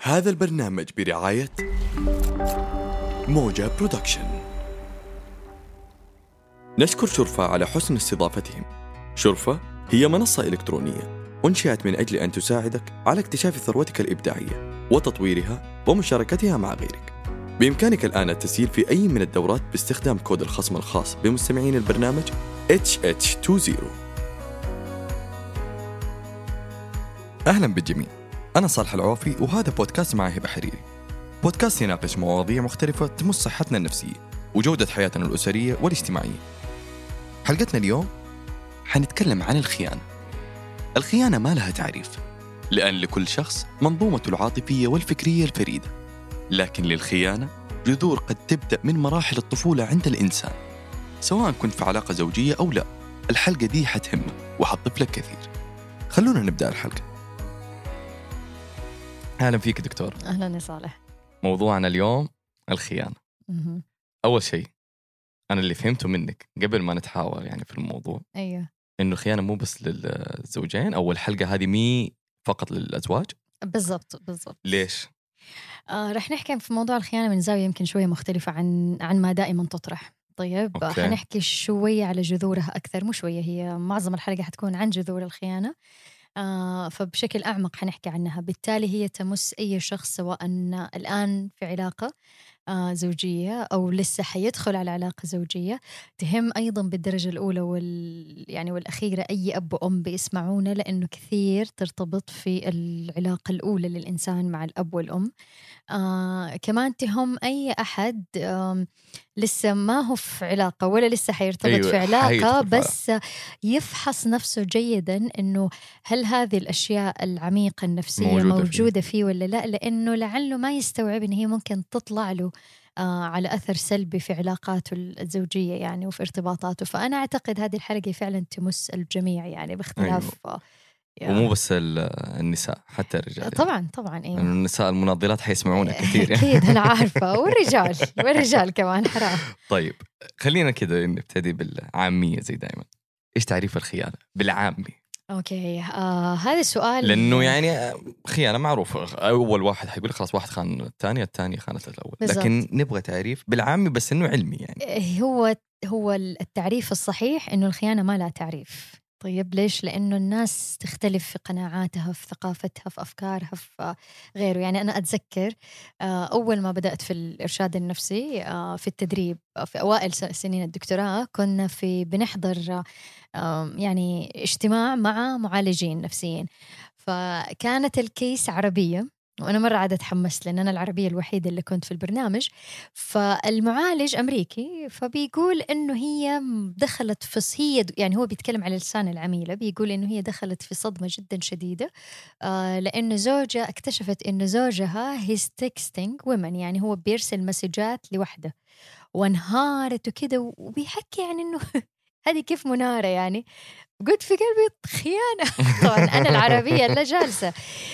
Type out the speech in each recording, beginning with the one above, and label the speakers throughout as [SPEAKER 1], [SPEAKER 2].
[SPEAKER 1] هذا البرنامج برعاية موجة برودكشن. نشكر شرفة على حسن استضافتهم. شرفة هي منصة إلكترونية أنشئت من أجل أن تساعدك على اكتشاف ثروتك الإبداعية وتطويرها ومشاركتها مع غيرك. بإمكانك الآن التسجيل في أي من الدورات باستخدام كود الخصم الخاص بمستمعين البرنامج HH20. أهلا بالجميع، أنا صالح العوفي وهذا بودكاست مع هبة حريري. بودكاست يناقش مواضيع مختلفة تمس صحتنا النفسية وجودة حياتنا الأسرية والاجتماعية. حلقتنا اليوم حنتكلم عن الخيانة. الخيانة ما لها تعريف، لأن لكل شخص منظومته العاطفية والفكرية الفريدة، لكن للخيانة جذور قد تبدأ من مراحل الطفولة عند الإنسان، سواء كنت في علاقة زوجية أو لا. الحلقة دي حتهمك وحتضيف لك كثير. خلونا نبدأ الحلقة. أهلا فيك دكتور.
[SPEAKER 2] أهلا يا صالح.
[SPEAKER 1] موضوعنا اليوم الخيانة. أول شيء أنا اللي فهمته منك قبل ما نتحاور يعني في الموضوع،
[SPEAKER 2] أيوه،
[SPEAKER 1] إنه الخيانة مو بس للزوجين، أو الحلقة هذه مي فقط للأزواج.
[SPEAKER 2] بالضبط.
[SPEAKER 1] ليش؟
[SPEAKER 2] رح نحكي في موضوع الخيانة من زاوية يمكن شوية مختلفة عن ما دائما تطرح. طيب، حنحكي شوية على جذورها أكثر، مو شوية، هي معظم الحلقة حتكون عن جذور الخيانة. فبشكل أعمق حنحكي عنها، بالتالي هي تمس أي شخص سواء الآن في علاقة زوجية أو لسه حيدخل على علاقة زوجية. تهم أيضا بالدرجة الأولى والأخيرة أي أب وأم بيسمعونا، لأنه كثير ترتبط في العلاقة الأولى للإنسان مع الأب والأم. كمان تهم أي أحد لسه ما هو في علاقة ولا لسه حيرتبط في علاقة، بس يفحص نفسه جيدا إنه هل هذه الأشياء العميقة النفسية موجودة فيه ولا لا، لأنه لعله ما يستوعب إن هي ممكن تطلع له على أثر سلبي في علاقاته الزوجية يعني وفي ارتباطاته. فأنا أعتقد هذه الحلقة فعلا تمس الجميع يعني باختلاف.
[SPEAKER 1] ومو بس النساء، حتى الرجال.
[SPEAKER 2] طبعا
[SPEAKER 1] يعني النساء المناضلات حيسمعونا كثير.
[SPEAKER 2] أكيد أنا عارفة، والرجال كمان حرام.
[SPEAKER 1] طيب خلينا كده نبتدي بالعامية زي دائما. إيش تعريف الخيانة بالعامي؟
[SPEAKER 2] أوكي، هذا السؤال
[SPEAKER 1] لأنه يعني خيانة معروف، أول واحد حيقول خلاص واحد خان الثانية خانت الأول بالزبط. لكن نبغى تعريف بالعامي بس إنه علمي يعني.
[SPEAKER 2] هو التعريف الصحيح إنه الخيانة ما لها تعريف. طيب ليش؟ لأنه الناس تختلف في قناعاتها، في ثقافتها، في أفكارها، في غيره. يعني أنا أتذكر أول ما بدأت في الإرشاد النفسي في التدريب في أوائل سنين الدكتوراه، كنا بنحضر يعني اجتماع مع معالجين نفسيين، فكانت الكيس عربية، وأنا مرة عادة أتحمس لأن أنا العربية الوحيدة اللي كنت في البرنامج. فالمعالج أمريكي، فبيقول إنه هي دخلت يعني هو بيتكلم على لسان العميلة، بيقول إنه هي دخلت في صدمة جدا شديدة لأنه زوجها اكتشفت إنه زوجها he's texting women، يعني هو بيرسل مسجات لوحدة، وانهارت وكده، وبيحكي يعني إنه هذه كيف منارة يعني. قلت في قلبي خيانة. طبعا أنا العربية اللي جالسة،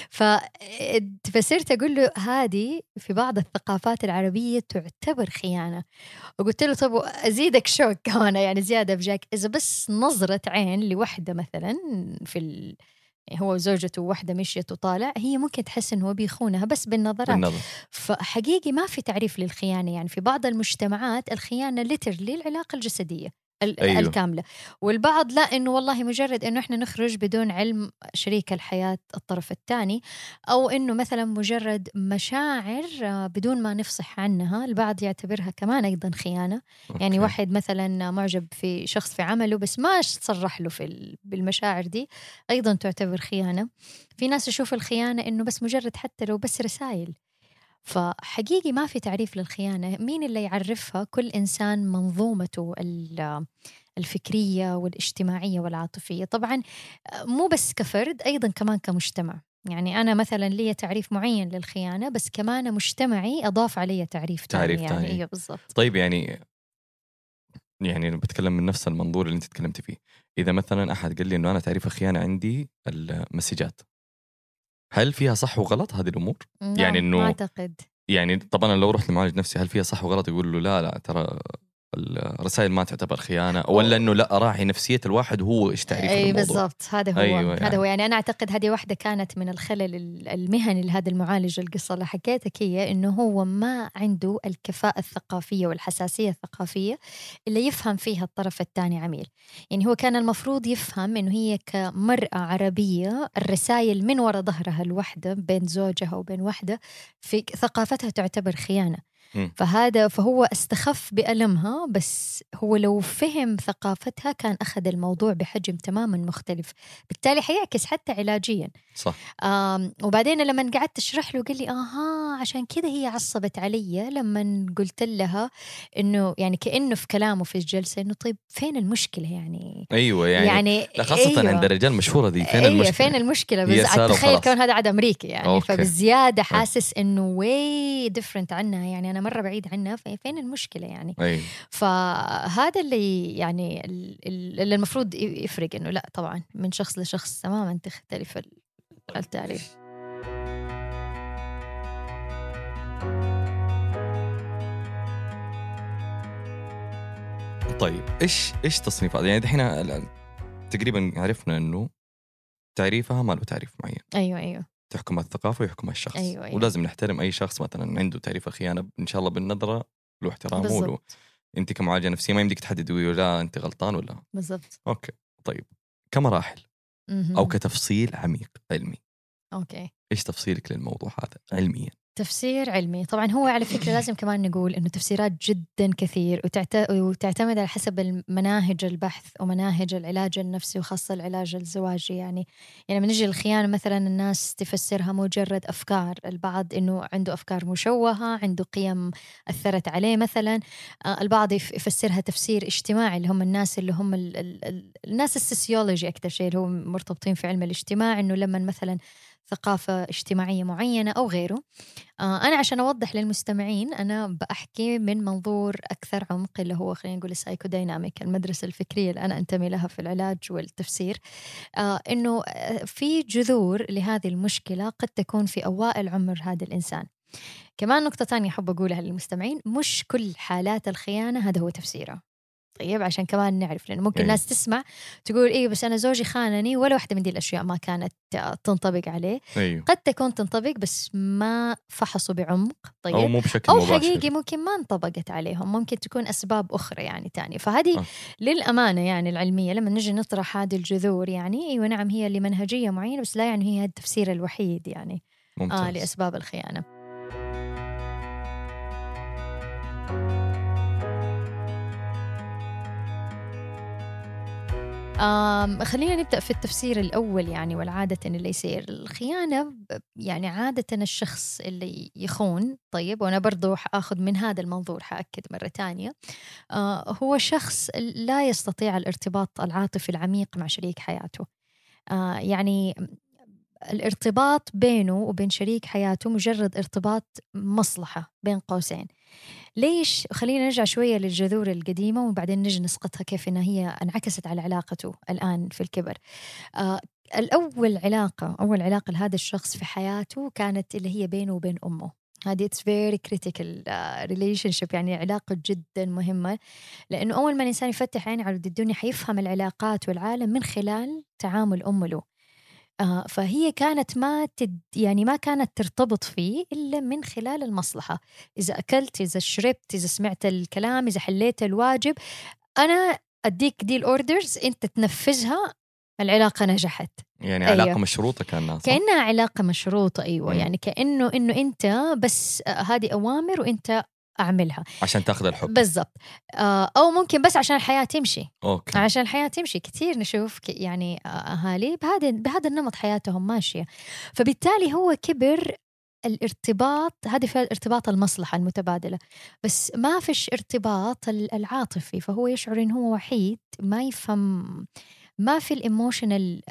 [SPEAKER 2] فصرت أقول له هذه في بعض الثقافات العربية تعتبر خيانة. وقلت له طب أزيدك شوك كمان يعني زيادة بجاك، إذا بس نظرة عين لوحدة مثلا هو زوجته واحدة مشيت وطالع، هي ممكن تحس إنه هو بيخونها بس بالنظرات. فحقيقي ما في تعريف للخيانة. يعني في بعض المجتمعات الخيانة ليترلي العلاقة الجسدية الكاملة، والبعض لا، إنه والله مجرد إنه إحنا نخرج بدون علم شريك الحياة الطرف الثاني، أو إنه مثلا مجرد مشاعر بدون ما نفصح عنها، البعض يعتبرها كمان أيضا خيانة. يعني واحد مثلا معجب في شخص في عمله بس ما صرح له بالمشاعر دي، أيضا تعتبر خيانة. في ناس يشوف الخيانة إنه بس مجرد حتى لو بس رسائل. فحقيقي ما في تعريف للخيانة. مين اللي يعرفها؟ كل إنسان منظومته الفكرية والاجتماعية والعاطفية، طبعا مو بس كفرد، أيضا كمان كمجتمع. يعني أنا مثلا لي تعريف معين للخيانة، بس كمان مجتمعي أضاف عليه تعريف تاني. يعني إيه بالضبط.
[SPEAKER 1] طيب يعني أنا بتكلم من نفس المنظور اللي أنت تكلمت فيه. إذا مثلا أحد قال لي إنه أنا تعريف الخيانة عندي المسجات، هل فيها صح وغلط هذه الأمور؟ يعني إنه
[SPEAKER 2] ما أعتقد.
[SPEAKER 1] يعني طبعا لو رحت لمعالج نفسي هل فيها صح وغلط يقول له لا ترى الرسائل ما تعتبر خيانة، ولا إنه لا أراعي نفسية الواحد وهو إيش تعريفه
[SPEAKER 2] أي
[SPEAKER 1] بالموضوع؟
[SPEAKER 2] بالضبط، هذا هو.
[SPEAKER 1] أيوة
[SPEAKER 2] هذا هو يعني أنا أعتقد هذه واحدة كانت من الخلل المهني لهذا المعالج. القصة اللي حكيتك هي إنه هو ما عنده الكفاءة الثقافية والحساسية الثقافية اللي يفهم فيها الطرف الثاني عميل. يعني هو كان المفروض يفهم إنه هي كمرأة عربية الرسائل من وراء ظهرها الوحدة بين زوجها وبين وحدة في ثقافتها تعتبر خيانة. فهو استخف بألمها، بس هو لو فهم ثقافتها كان أخذ الموضوع بحجم تماما مختلف، بالتالي حيعكس حتى علاجيا.
[SPEAKER 1] صح.
[SPEAKER 2] وبعدين لما قعدت أشرح له قال لي عشان كده هي عصبت علي لما قلت لها إنه يعني كأنه في كلامه في الجلسة إنه طيب فين المشكلة يعني.
[SPEAKER 1] أيوة يعني لا خاصة
[SPEAKER 2] أيوة
[SPEAKER 1] عند الرجال مشهورة دي، فين المشكلة؟
[SPEAKER 2] فين المشكلة؟ بس تخيل كون هذا عاد أمريكي يعني.
[SPEAKER 1] أوكي.
[SPEAKER 2] فبالزيادة حاسس إنه way different عنها، يعني أنا مرة بعيد عنها، فين المشكلة يعني.
[SPEAKER 1] أيوة.
[SPEAKER 2] فهذا اللي يعني اللي المفروض يفرق، إنه لا طبعا من شخص لشخص تماما تختلف التعريف.
[SPEAKER 1] طيب إيش تصنيفات يعني دحين تقريبا عرفنا إنه تعريفها ما له تعريف معين.
[SPEAKER 2] أيوة
[SPEAKER 1] تحكم الثقافة ويحكمها الشخص.
[SPEAKER 2] أيوة.
[SPEAKER 1] ولازم نحترم أي شخص مثلا عنده تعريف الخيانة إن شاء الله بالنظرة له احترامه له. أنت كمعالجة نفسية ما يمديك تحدد لا أنت غلطان ولا.
[SPEAKER 2] بالضبط.
[SPEAKER 1] أوكي طيب كمراحل أو كتفصيل عميق علمي.
[SPEAKER 2] أوكي.
[SPEAKER 1] إيش تفصيلك للموضوع هذا علميا؟
[SPEAKER 2] تفسير علمي طبعا هو على فكرة لازم كمان نقول إنه تفسيرات جدا كثير وتعتمد على حسب مناهج البحث ومناهج العلاج النفسي وخاصة العلاج الزواجي. يعني من نجي الخيانة مثلا الناس تفسرها مجرد أفكار، البعض إنه عنده أفكار مشوهة، عنده قيم أثرت عليه مثلا. البعض يفسرها تفسير اجتماعي اللي هم الناس اللي هم الناس السوسيولوجي أكثر شيء اللي هم مرتبطين في علم الاجتماع، إنه لما مثلا ثقافة اجتماعية معينة أو غيره. أنا عشان أوضح للمستمعين أنا بأحكي من منظور أكثر عمق اللي هو خلينا نقول السايكوديناميك، المدرسة الفكرية اللي أنا أنتمي لها في العلاج والتفسير. إنه في جذور لهذه المشكلة قد تكون في أوائل عمر هذا الإنسان. كمان نقطة تانية أحب أقولها للمستمعين، مش كل حالات الخيانة هذا هو تفسيره. طيب عشان كمان نعرف، لأنه ممكن ناس تسمع تقول إيه بس أنا زوجي خانني ولا واحدة من دي الأشياء ما كانت تنطبق عليه.
[SPEAKER 1] أيوه.
[SPEAKER 2] قد تكون تنطبق بس ما فحصوا بعمق. طيب
[SPEAKER 1] أو مو بشكل
[SPEAKER 2] مباشر، أو حقيقي ممكن ما انطبقت عليهم، ممكن تكون أسباب أخرى يعني تانية. فهذه للأمانة يعني العلمية لما نجي نطرح هذه الجذور يعني أيوة نعم هي لمنهجية معينة، بس لا يعني هي التفسير الوحيد يعني لأسباب الخيانة. خلينا نبدأ في التفسير الأول يعني. والعادة اللي يصير الخيانة يعني عادة الشخص اللي يخون، طيب وأنا برضو أخذ من هذا المنظور حأكد مرة تانية، هو شخص لا يستطيع الارتباط العاطفي العميق مع شريك حياته. يعني الارتباط بينه وبين شريك حياته مجرد ارتباط مصلحة بين قوسين. ليش؟ خلينا نرجع شوية للجذور القديمة وبعدين نجي نسقطها كيف إنها هي انعكست على علاقته الآن في الكبر. أول علاقة لهذا الشخص في حياته كانت اللي هي بينه وبين أمه. هذه it's very critical relationship، يعني علاقة جدا مهمة، لأنه أول ما الإنسان يفتح عينه على الدنيا حيفهم العلاقات والعالم من خلال تعامل أمه له. فهي كانت يعني ما كانت ترتبط فيه إلا من خلال المصلحة. إذا أكلت، إذا شربت، إذا سمعت الكلام، إذا حليت الواجب، أنا أديك دي الأوردرز أنت تنفذها، العلاقة نجحت.
[SPEAKER 1] يعني علاقة مشروطة
[SPEAKER 2] كأنها علاقة مشروطة. أيوة يعني كأنه أنت بس هذه أوامر وأنت أعملها
[SPEAKER 1] عشان تأخذ الحب
[SPEAKER 2] بالضبط. أو ممكن بس عشان الحياة تمشي.
[SPEAKER 1] أوكي.
[SPEAKER 2] عشان الحياة تمشي كتير نشوف يعني أهالي بهذا النمط حياتهم ماشية. فبالتالي هو كبر الارتباط، هذه في الارتباط المصلحة المتبادلة، بس ما فيش ارتباط العاطفي. فهو يشعر إنه هو وحيد، ما يفهم، ما في الإيموشنال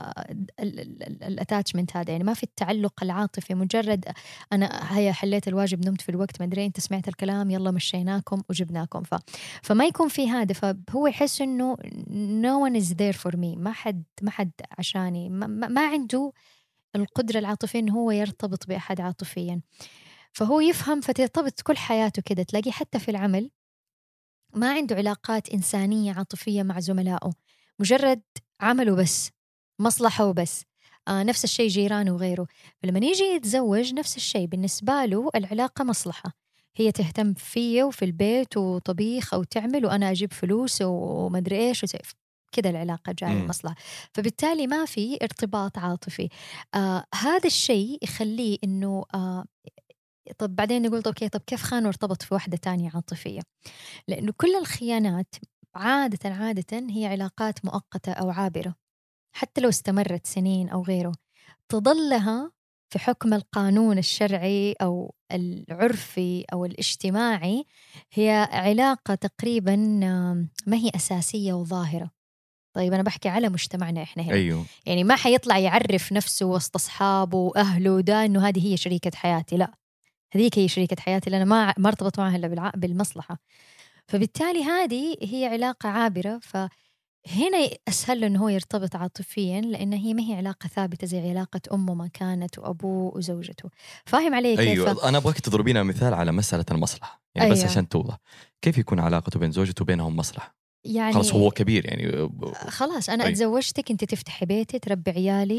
[SPEAKER 2] الاتاتشمنت هذا، يعني ما في التعلق العاطفي. مجرد أنا هيا حليت الواجب، نمت في الوقت، ما أدري أنت سمعت الكلام، يلا مشيناكم وجبناكم. فما يكون في هذا، فهو يحس إنه no one is there for me، ما حد عشاني، ما عنده القدرة العاطفية إنه هو يرتبط بأحد عاطفيا. فهو يفهم فترتبط كل حياته كده. تلاقي حتى في العمل ما عنده علاقات إنسانية عاطفية مع زملائه، مجرد عمله بس، مصلحة وبس. نفس الشيء جيرانه وغيره. فلما يجي يتزوج نفس الشيء بالنسبة له العلاقة مصلحة، هي تهتم فيه وفي البيت وطبيخ أو تعمل وأنا أجيب فلوس ومدري إيش كده العلاقة جاية مصلحة. فبالتالي ما في ارتباط عاطفي. هذا الشيء يخليه إنه طب بعدين نقول أوكي، طب كيف خان وارتبط في واحدة تانية عاطفية؟ لأنه كل الخيانات عادة هي علاقات مؤقتة أو عابرة، حتى لو استمرت سنين أو غيره، تظلها في حكم القانون الشرعي أو العرفي أو الاجتماعي هي علاقة تقريبا ما هي أساسية وظاهرة. طيب أنا بحكي على مجتمعنا إحنا هنا.
[SPEAKER 1] أيوه.
[SPEAKER 2] يعني ما حيطلع يعرف نفسه وسط أصحابه وأهله ده إنه هذه هي شريكة حياتي، لا، هذيك هي شريكة حياتي اللي أنا ما ارتبط معها إلا بالمصلحة. فبالتالي هذه هي علاقة عابرة، فهنا أسهل له إنه هو يرتبط عاطفيا، لأن هي ما هي علاقة ثابتة زي علاقة أمه ما كانت وأبوه وزوجته. فاهم علي كيف؟
[SPEAKER 1] أيوه. أنا أبغاك تضربينا مثال على مسألة المصلحة يعني.
[SPEAKER 2] أيوه.
[SPEAKER 1] بس عشان توضح كيف يكون علاقته بين زوجته وبينهم مصلحة.
[SPEAKER 2] يعني
[SPEAKER 1] خلاص هو كبير يعني
[SPEAKER 2] خلاص أنا أتزوجتك، أنت تفتحي بيتي، تربي عيالي،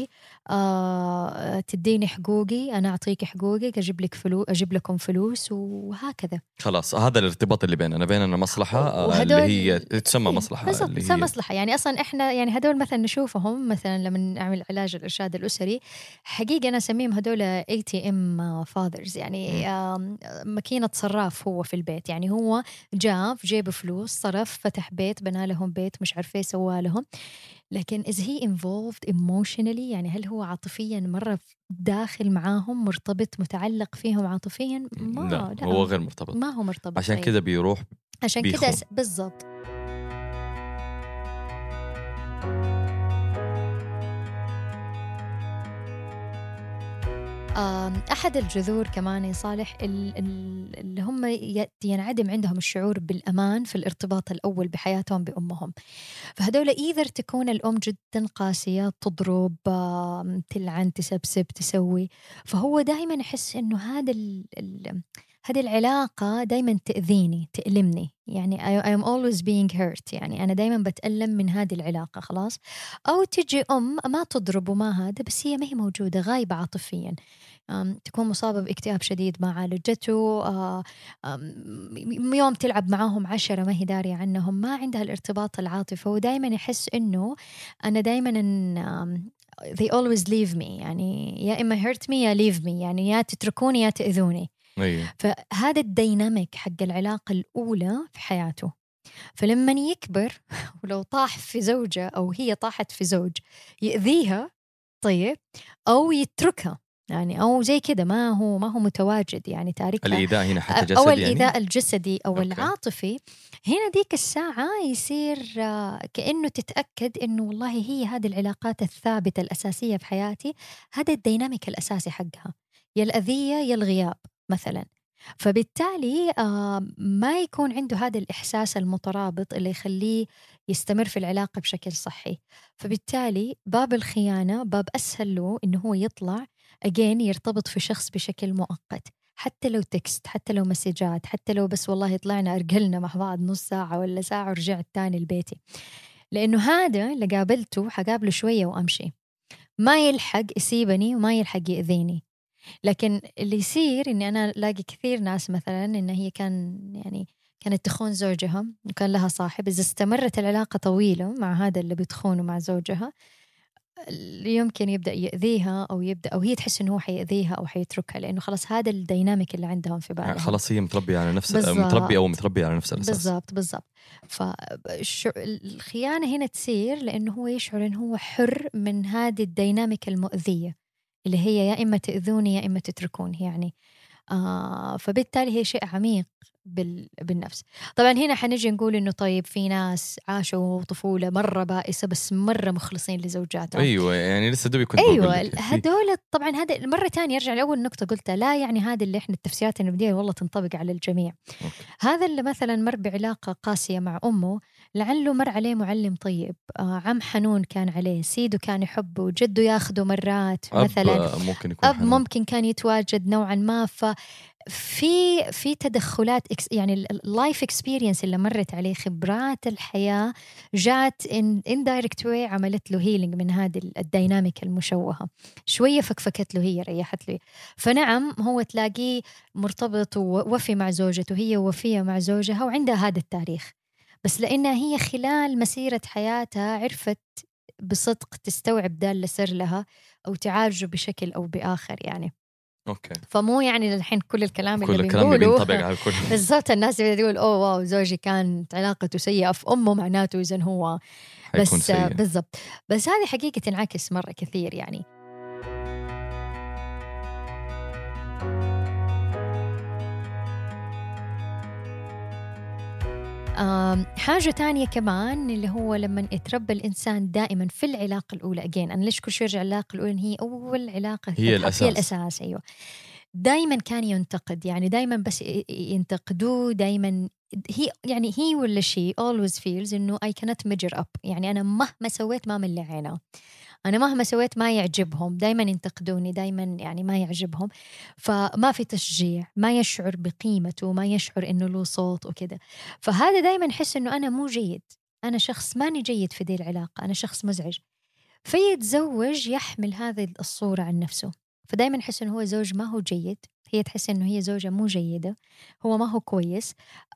[SPEAKER 2] تديني حقوقي، أنا أعطيك حقوقك، أجيب لكم فلوس وهكذا.
[SPEAKER 1] خلاص هذا الارتباط اللي بيننا مصلحة اللي هي تسمى مصلحة.
[SPEAKER 2] بالضبط
[SPEAKER 1] اللي
[SPEAKER 2] تسمى
[SPEAKER 1] هي
[SPEAKER 2] مصلحة. يعني أصلا إحنا يعني هدول مثلا نشوفهم مثلا لما نعمل علاج الإرشاد الأسري، حقيقة أنا أسميهم هدول ATM fathers، يعني ماكينة صراف هو في البيت. يعني هو جاء في جيب فلوس، صرف، فتح بيت، بنى لهم بيت، مش عارفة سوى لهم. لكن is he involved emotionally؟ يعني هل هو عاطفيا مرة داخل معاهم، مرتبط، متعلق فيهم عاطفيا؟
[SPEAKER 1] لا هو غير مرتبط،
[SPEAKER 2] ما هو مرتبط.
[SPEAKER 1] عشان كده بيروح،
[SPEAKER 2] عشان كده بالضبط. أحد الجذور كمان يا صالح اللي هم ينعدم عندهم الشعور بالأمان في الارتباط الأول بحياتهم بأمهم. فهدول إذا تكون الأم جدا قاسية، تضرب، تلعن، تسبسب، تسوي، فهو دائما يحس إنه هذه العلاقة دائما تأذيني، تألمني. يعني I am always being hurt، يعني أنا دائما بتألم من هذه العلاقة. خلاص. أو تجي ما تضرب وما هذا، بس هي ما هي موجودة، غايبة عاطفيا، تكون مصابة باكتئاب شديد ما عالجته، يوم تلعب معاهم 10 ما هي دارية عنهم، ما عندها الارتباط العاطفي. ودائما يحس إنه أنا دائما they always leave me، يعني يا إما hurt me يا leave me، يعني يا تتركوني يا تأذوني.
[SPEAKER 1] أيوه.
[SPEAKER 2] فهذا الديناميك حق العلاقة الأولى في حياته. فلما يكبر ولو طاح في زوجة أو هي طاحت في زوج يأذيها، طيب، أو يتركها، يعني أو زي كده ما هو متواجد، يعني تاركها.
[SPEAKER 1] الإيذاء هنا حتى جسدي،
[SPEAKER 2] أو الإيذاء يعني الجسدي أو
[SPEAKER 1] أوكي.
[SPEAKER 2] العاطفي. هنا ديك الساعة يصير كأنه تتأكد إنه والله هي هذه العلاقات الثابتة الأساسية في حياتي، هذا الديناميك الأساسي حقها، يا الأذية يا الغياب مثلا. فبالتالي ما يكون عنده هذا الإحساس المترابط اللي يخليه يستمر في العلاقة بشكل صحي. فبالتالي باب الخيانة باب أسهل له إنه هو يطلع again يرتبط في شخص بشكل مؤقت، حتى لو تكست، حتى لو مسجات، حتى لو بس والله طلعنا أرجلنا مع بعض نص ساعة ولا ساعة ورجعت تاني لبيتي. لأنه هذا اللي قابلته حقابله شوية وأمشي، ما يلحق يسيبني وما يلحق يأذيني. لكن اللي يصير إني أنا لاقي كثير ناس مثلا إن هي كانت تخون زوجها وكان لها صاحب، إذا استمرت العلاقة طويلة مع هذا اللي بتخونه مع زوجها، يمكن يبدأ يأذيها أو هي تحس إنه هو حيأذيها أو حيتركها، لأنه خلاص هذا الديناميك اللي عندهم في بالهم.
[SPEAKER 1] خلاص هي متربية على نفس متربية على نفس الأساس.
[SPEAKER 2] بالضبط. فالخيانة هنا تصير لأنه هو يشعر إنه هو حر من هذه الديناميك المؤذية اللي هي يا إما تأذوني يا إما تتركوني يعني. فبالتالي هي شيء عميق بالنفس. طبعا هنا حنجي نقول إنه طيب في ناس عاشوا طفولة مرة بائسة بس مرة مخلصين لزوجاتهم.
[SPEAKER 1] أيوة يعني لسه دوبي كنت
[SPEAKER 2] أيوة هدول طبعا هذا مرة تانية يرجع لأول نقطة قلتها، لا يعني هذا اللي إحنا التفسيرات النبدية والله تنطبق على الجميع. هذا اللي مثلا مر بعلاقة قاسية مع أمه، لعله مر عليه معلم طيب، عم حنون كان عليه، سيده كان يحبه، جده ياخده مرات مثلا،
[SPEAKER 1] ممكن يكون
[SPEAKER 2] أب ممكن كان يتواجد نوعا ما. في تدخلات يعني اللايف اكسبيرينس اللي مرت عليه، خبرات الحياة جات ان دايركت واي، عملت له هيلينج من هذه الديناميك المشوهة، شوية فكفكت له هي، ريحت له. فنعم هو تلاقيه مرتبط ووفي مع زوجته، هي وفية مع زوجها وعندها هذا التاريخ، بس لأنها هي خلال مسيرة حياتها عرفت بصدق تستوعب ده اللي صار لها أو تعالجه بشكل أو بآخر يعني.
[SPEAKER 1] اوكي.
[SPEAKER 2] فمو يعني الحين كل الكلام
[SPEAKER 1] كل
[SPEAKER 2] اللي
[SPEAKER 1] الكلام
[SPEAKER 2] بنقوله
[SPEAKER 1] بينطبق على الكل.
[SPEAKER 2] بالضبط. الناس اللي تقول اوه واو زوجي كانت علاقته سيئة في أمه، معناته إذن هو
[SPEAKER 1] حيكون
[SPEAKER 2] بس
[SPEAKER 1] سيء.
[SPEAKER 2] بالضبط. بس هذه حقيقة تنعكس مرة كثير يعني. حاجة تانية كمان اللي هو لما يتربى الإنسان دائما في العلاقة الأولى، أنا ليش كل شيء يرجع العلاقة الأولى هي أول علاقة،
[SPEAKER 1] هي الأساس.
[SPEAKER 2] هي الأساس. أيوة. دائما كان ينتقد، يعني دائما بس ينتقدوه دائما. هي ولا شيء always feels إنه I cannot measure up، يعني أنا مهما سويت ما ملي عينه، أنا مهما سويت ما يعجبهم، دايما ينتقدوني، دايما يعني ما يعجبهم، فما في تشجيع، ما يشعر بقيمته، ما يشعر إنه له صوت وكده. فهذا دايما يحس إنه أنا مو جيد، أنا شخص ماني جيد في دي العلاقة، أنا شخص مزعج. فيتزوج يحمل هذه الصورة عن نفسه، فدايما يحس إنه هو زوج ما هو جيد، هي تحس إنه هي زوجة مو جيدة، هو ما هو كويس.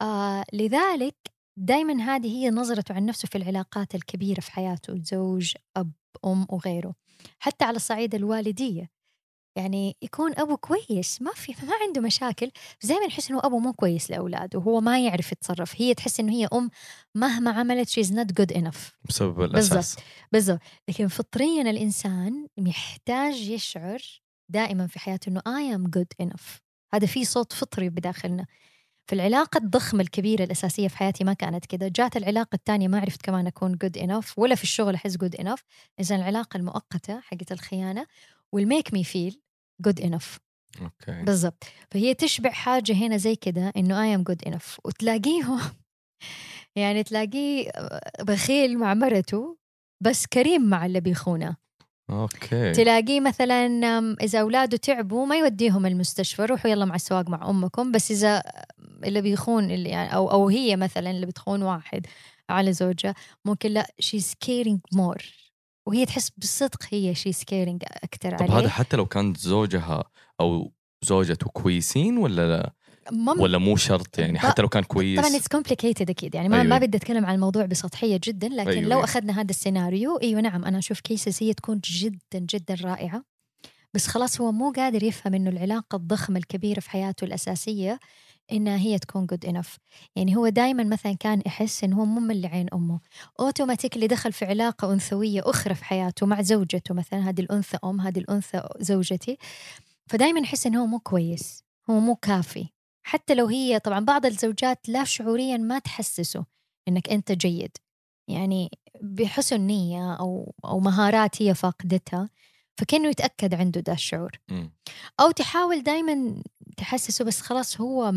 [SPEAKER 2] لذلك دايما هذه هي نظرته عن نفسه في العلاقات الكبيرة في حياته، زوج، أب، أم وغيره. حتى على الصعيد الوالدية، يعني يكون أبو كويس، ما عنده مشاكل، زي ما نحس إنه أبو مو كويس لأولاده وهو ما يعرف يتصرف، هي تحس إنه هي أم مهما عملت she's not good enough
[SPEAKER 1] بسبب الأساس.
[SPEAKER 2] بالضبط. لكن فطريا الإنسان يحتاج يشعر دائما في حياته إنه I am good enough. هذا في صوت فطري بداخلنا. في العلاقة الضخمة الكبيرة الأساسية في حياتي ما كانت كده، جات العلاقة الثانية ما عرفت كمان أكون good enough، ولا في الشغل أحس good enough. إذن العلاقة المؤقتة حقت الخيانة will make me feel good enough.
[SPEAKER 1] أوكي.
[SPEAKER 2] بالضبط. فهي تشبع حاجة هنا زي كده إنه I am good enough، وتلاقيه يعني تلاقيه بخيل مع مرته بس كريم مع اللي بيخونه.
[SPEAKER 1] أوكي.
[SPEAKER 2] تلاقيه مثلا إذا أولاده تعبوا ما يوديهم المستشفى، روحوا يلا مع السواق مع أمكم، بس إذا اللي بيخون اللي يعني أو هي مثلا اللي بتخون واحد على زوجها ممكن لا she's caring more، وهي تحس بالصدق هي she's caring أكتر عليه.
[SPEAKER 1] طب هذا حتى لو كانت زوجها أو زوجته كويسين ولا لا؟ ولا مو شرط يعني حتى لو كان كويس؟
[SPEAKER 2] طبعا it's complicated أكيد، يعني ما بدي أتكلم عن الموضوع بسطحية جدا، لكن لو أخذنا هذا السيناريو أيوة نعم أنا أشوف كيسز هي تكون جدا جدا رائعة، بس خلاص هو مو قادر يفهم إنه العلاقة الضخمة الكبيرة في حياته الأساسية إنها هي تكون good enough. يعني هو دايما مثلا كان يحس إنه هو مو من عين أمه، أوتوماتيك اللي دخل في علاقة أنثوية أخرى في حياته مع زوجته، مثلا هذه الأنثى أم، هذه الأنثى زوجتي، فدايما يحس إنه هو مو كويس، هو مو كافي. حتى لو هي طبعا بعض الزوجات لا شعوريا ما تحسسه إنك أنت جيد، يعني بحسن نية أو مهارات هي فاقدتها، فكأنه يتأكد عنده ده الشعور. أو تحاول دايما تحسسه، بس خلاص هو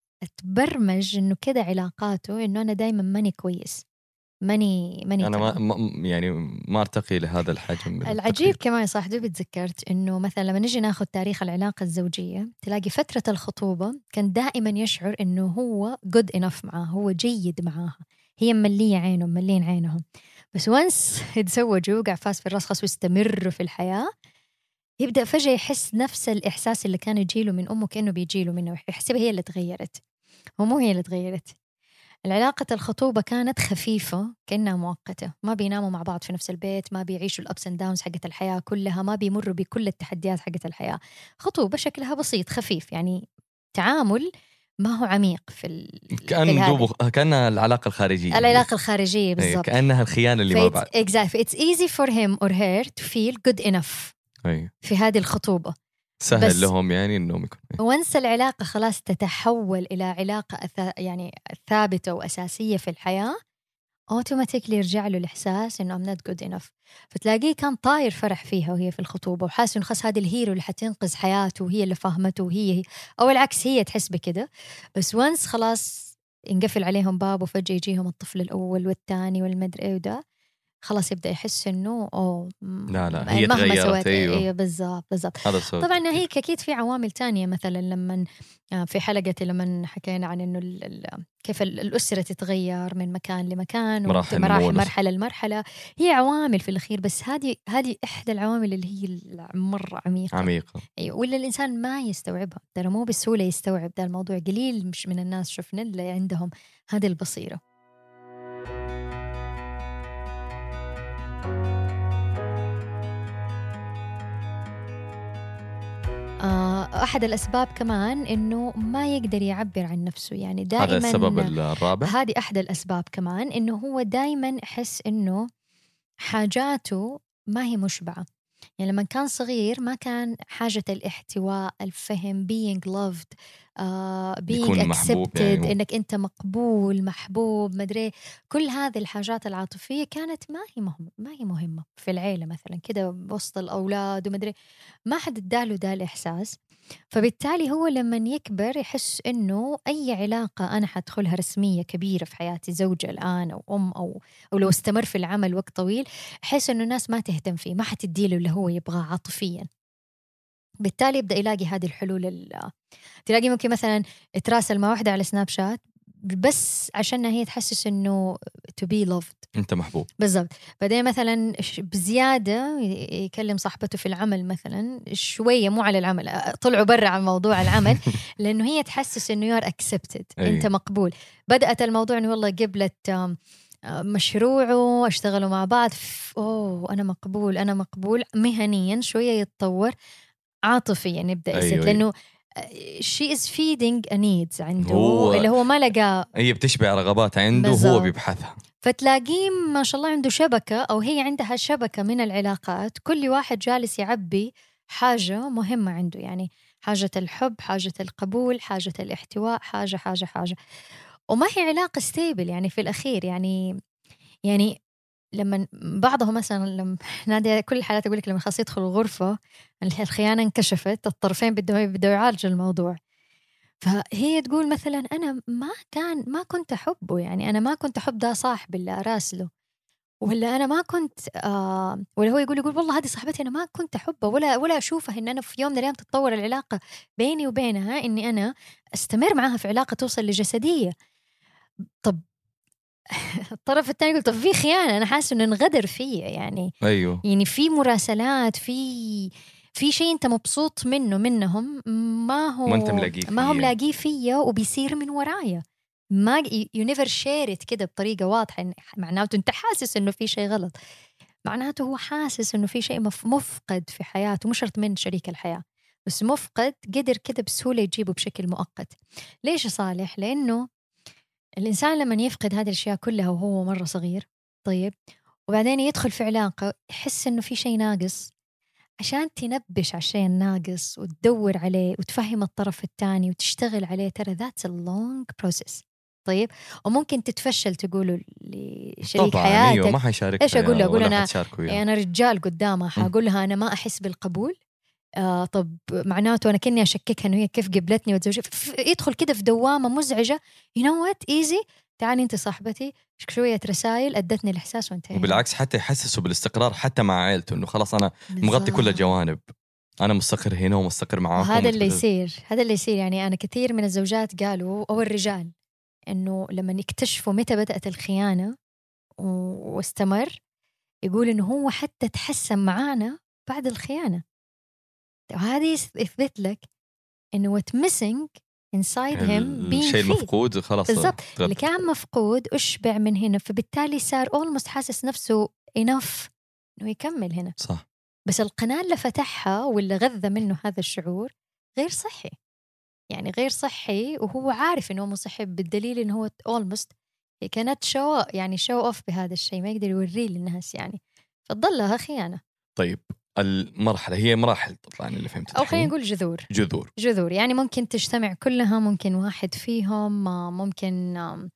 [SPEAKER 2] تبرمج إنه كده علاقاته إنه أنا دايما ماني كويس، ماني
[SPEAKER 1] أنا يعني ما أرتقي لهذا الحجم.
[SPEAKER 2] العجيب كمان صح دوبي تذكرت إنه مثلا لما نجي ناخد تاريخ العلاقة الزوجية تلاقي فترة الخطوبة كان دائما يشعر إنه هو good enough معها، هو جيد معها، هي ملية عينه ملين عينهم. بس وانس يتزوجوا وقع فاس في الراس خاص ويستمروا في الحياة، يبدأ فجأة يحس نفس الإحساس اللي كان يجيله من أمه كأنه بيجيله منه، يحسبها هي اللي تغيرت، ومو هي اللي تغيرت. العلاقة الخطوبة كانت خفيفة كأنها مؤقتة، ما بيناموا مع بعض في نفس البيت، ما بيعيشوا الأبس اند داونز حقت الحياة كلها، ما بيمروا بكل التحديات حقت الحياة. خطوبة شكلها بسيط خفيف، يعني تعامل ما هو عميق في
[SPEAKER 1] كأنها العلاقة الخارجية.
[SPEAKER 2] العلاقة الخارجية بالضبط،
[SPEAKER 1] كأنها الخيانة اللي ما بعد.
[SPEAKER 2] Exactly. It's easy for him or her to feel good enough في هذه الخطوبة،
[SPEAKER 1] سهل لهم يعني إنهم يكونوا.
[SPEAKER 2] وانس العلاقة خلاص تتحول إلى علاقة يعني ثابتة وأساسية في الحياة، أوتوماتيكلي يرجع له الإحساس إنه I'm not good enough. فتلاقيه كان طاير فرح فيها وهي في الخطوبة، وحاسس إنه خلاص هذه الهيرو اللي حتنقذ حياته وهي اللي فهمته، وهي أو العكس هي تحس بكده. بس وانس خلاص ينقفل عليهم باب وفجأة يجيهم الطفل الأول والثاني والمدري إيه وده، خلاص يبدأ يحس إنه
[SPEAKER 1] لا هي
[SPEAKER 2] مهما
[SPEAKER 1] تغيرت.
[SPEAKER 2] سويت
[SPEAKER 1] أيوه
[SPEAKER 2] بالضبط.
[SPEAKER 1] هذا السبب.
[SPEAKER 2] طبعا هيك أكيد في عوامل تانية، مثلا لما في حلقتي لما حكينا عن إنه كيف الأسرة تتغير من مكان لمكان مرحلة لمرحلة، هي عوامل في الأخير، بس هذه إحدى العوامل اللي هي مرة عميقة. أيوة. ولا الإنسان ما يستوعبها، ترى مو بسهولة يستوعب ده الموضوع، قليل مش من الناس شفنا اللي عندهم هذه البصيرة. أحد الأسباب كمان إنه ما يقدر يعبر عن نفسه، يعني دائما
[SPEAKER 1] هذا السبب الرابع.
[SPEAKER 2] هذه أحد الأسباب كمان، إنه هو دائما يحس إنه حاجاته ما هي مشبعة. يعني لما كان صغير ما كان حاجة الاحتواء، الفهم، being loved, being accepted، يعني إنك أنت مقبول محبوب مدري، كل هذه الحاجات العاطفية كانت ما هي مهمة في العيلة مثلا كده وسط الأولاد ومدري، ما حد اداله ده الإحساس. فبالتالي هو لما يكبر يحس إنه أي علاقة أنا حدخلها رسمية كبيرة في حياتي، زوجة الآن أو أم أو لو استمر في العمل وقت طويل، يحس إنه الناس ما تهتم فيه، ما حتديله اللي هو يبغاه عاطفيا. بالتالي يبدأ يلاقي هذه الحلول. تلاقي ممكن مثلا يتراسل مع واحدة على سناب شات بس عشان هي تحسس إنه to be loved،
[SPEAKER 1] أنت محبوب
[SPEAKER 2] بالضبط. بعدين مثلا بزيادة يكلم صاحبته في العمل مثلا شوية، مو على العمل، طلعوا برا عن موضوع العمل لأنه هي تحسس إنه you're accepted، أنت مقبول. بدأت الموضوع إنه والله قبلت مشروعه، اشتغلوا مع بعض، أنا مقبول مهنيا، شوية يتطور عاطفيا يبدأ يصير. لأنه she is feeding a needs عنده اللي هو ما لقى،
[SPEAKER 1] هي بتشبع رغبات عنده وهو بيبحثها.
[SPEAKER 2] فتلاقيه ما شاء الله عنده شبكة أو هي عندها شبكة من العلاقات، كل واحد جالس يعبي حاجة مهمة عنده، يعني حاجة الحب، حاجة القبول، حاجة الاحتواء، حاجة وما هي علاقة ستيبل يعني في الأخير. يعني لما بعضهم مثلا لما نادي كل الحالات أقول لك لما خاص يدخل الغرفة الخيانة انكشفت، الطرفين بدوا يعالجوا الموضوع. فهي تقول مثلا أنا ما كنت أحبه، يعني أنا ما كنت أحب ده صاحب اللي أراسله، ولا أنا ما كنت ولا هو يقول والله هذه صاحبتي أنا ما كنت أحبها ولا أشوفها إن أنا في يوم من الأيام تتطور العلاقة بيني وبينها إني أنا أستمر معها في علاقة توصل لجسدية. طب الطرف الثاني يقول طب في خيانة، أنا حاسس إنه انغدر فيه، يعني
[SPEAKER 1] أيوه
[SPEAKER 2] يعني في مراسلات، في شيء أنت مبسوط منهم ما هم لاقيه فيا وبيصير من ورايا، ما you never share it كده بطريقة واضحة. معناته أنت حاسس إنه في شيء غلط، معناته هو حاسس إنه في شيء مفقد في حياته، مش شرط من شريك الحياة بس مفقد، قدر كده بسهولة يجيبه بشكل مؤقت. ليش صالح؟ لأنه الإنسان لما يفقد هذه الأشياء كلها وهو مرة صغير، طيب، وبعدين يدخل في علاقة يحس إنه في شيء ناقص، عشان تنبش على الشيء الناقص وتدور عليه وتفهم الطرف الثاني وتشتغل عليه، ترى that's a long process. طيب، وممكن تتفشل تقوله لشريك حياتك.
[SPEAKER 1] أيوة ما حيشارك.
[SPEAKER 2] إيش أقول له؟ أقول أنا رجال قدامها، حقولها أنا ما أحس بالقبول. طب معناته أنا كني أشككها إنه هي كيف قبلتني وتزوجت، يدخل كده في دوامة مزعجة. you know what easy، تعالي أنت صاحبتي، شوية رسائل أدتني الإحساس وانتهي.
[SPEAKER 1] وبالعكس حتى يحسسه بالاستقرار حتى مع عائلته، إنه خلاص أنا مغطي كل الجوانب، أنا مستقر هنا ومستقر معاكم.
[SPEAKER 2] هذا اللي يصير يعني أنا كثير من الزوجات قالوا أو الرجال إنه لما يكتشفوا متى بدأت الخيانة واستمر، يقول إنه هو حتى تحسن معانا بعد الخيانة. وهذه يثبت لك إنه what missing inside him being
[SPEAKER 1] الشيء المفقود خلاص
[SPEAKER 2] بالضبط، اللي كان مفقود أشبع من هنا، فبالتالي صار almost حاسس نفسه enough إنه يكمل هنا.
[SPEAKER 1] صح.
[SPEAKER 2] بس القناة اللي فتحها واللي غذى منه هذا الشعور غير صحي، يعني غير صحي، وهو عارف إنه مو صحي، بالدليل إنه هو almost كانت show off بهذا الشيء، ما يقدر يوريه للناس يعني، فتضلها خيانة.
[SPEAKER 1] طيب المرحلة هي مراحل طبعا اللي فهمت،
[SPEAKER 2] أو خلينا نقول جذور يعني ممكن تجتمع كلها، ممكن واحد فيهم ممكن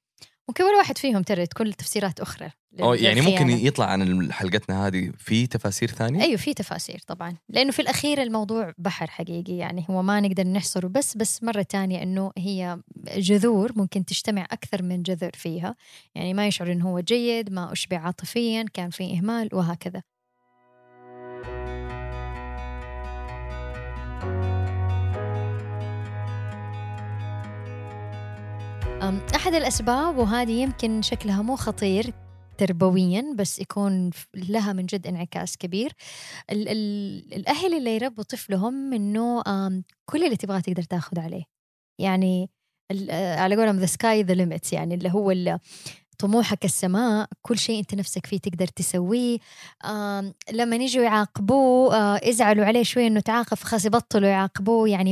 [SPEAKER 2] ممكن ولا واحد فيهم ترى تكون تفسيرات أخرى
[SPEAKER 1] يعني ممكن
[SPEAKER 2] للخيانة.
[SPEAKER 1] يطلع عن حلقتنا هذه في تفاسير ثانية.
[SPEAKER 2] أيوة في تفاسير طبعا، لأنه في الأخير الموضوع بحر حقيقي، يعني هو ما نقدر نحصره بس مرة تانية أنه هي جذور ممكن تجتمع أكثر من جذر فيها، يعني ما يشعر أنه هو جيد، ما أشبع عاطفيا، كان في إهمال وهكذا. أحد الأسباب، وهذه يمكن شكلها مو خطير تربويا بس يكون لها من جد انعكاس كبير، الأهل اللي يربوا طفلهم إنه كل اللي تبغاه تقدر تاخذ عليه، يعني على قولهم the sky the limits، يعني اللي هو طموحك السماء، كل شيء أنت نفسك فيه تقدر تسويه. لما يجوا يعاقبوه ازعلوا عليه شوي إنه تعاقب، خلاص يبطلوا يعاقبوه، يعني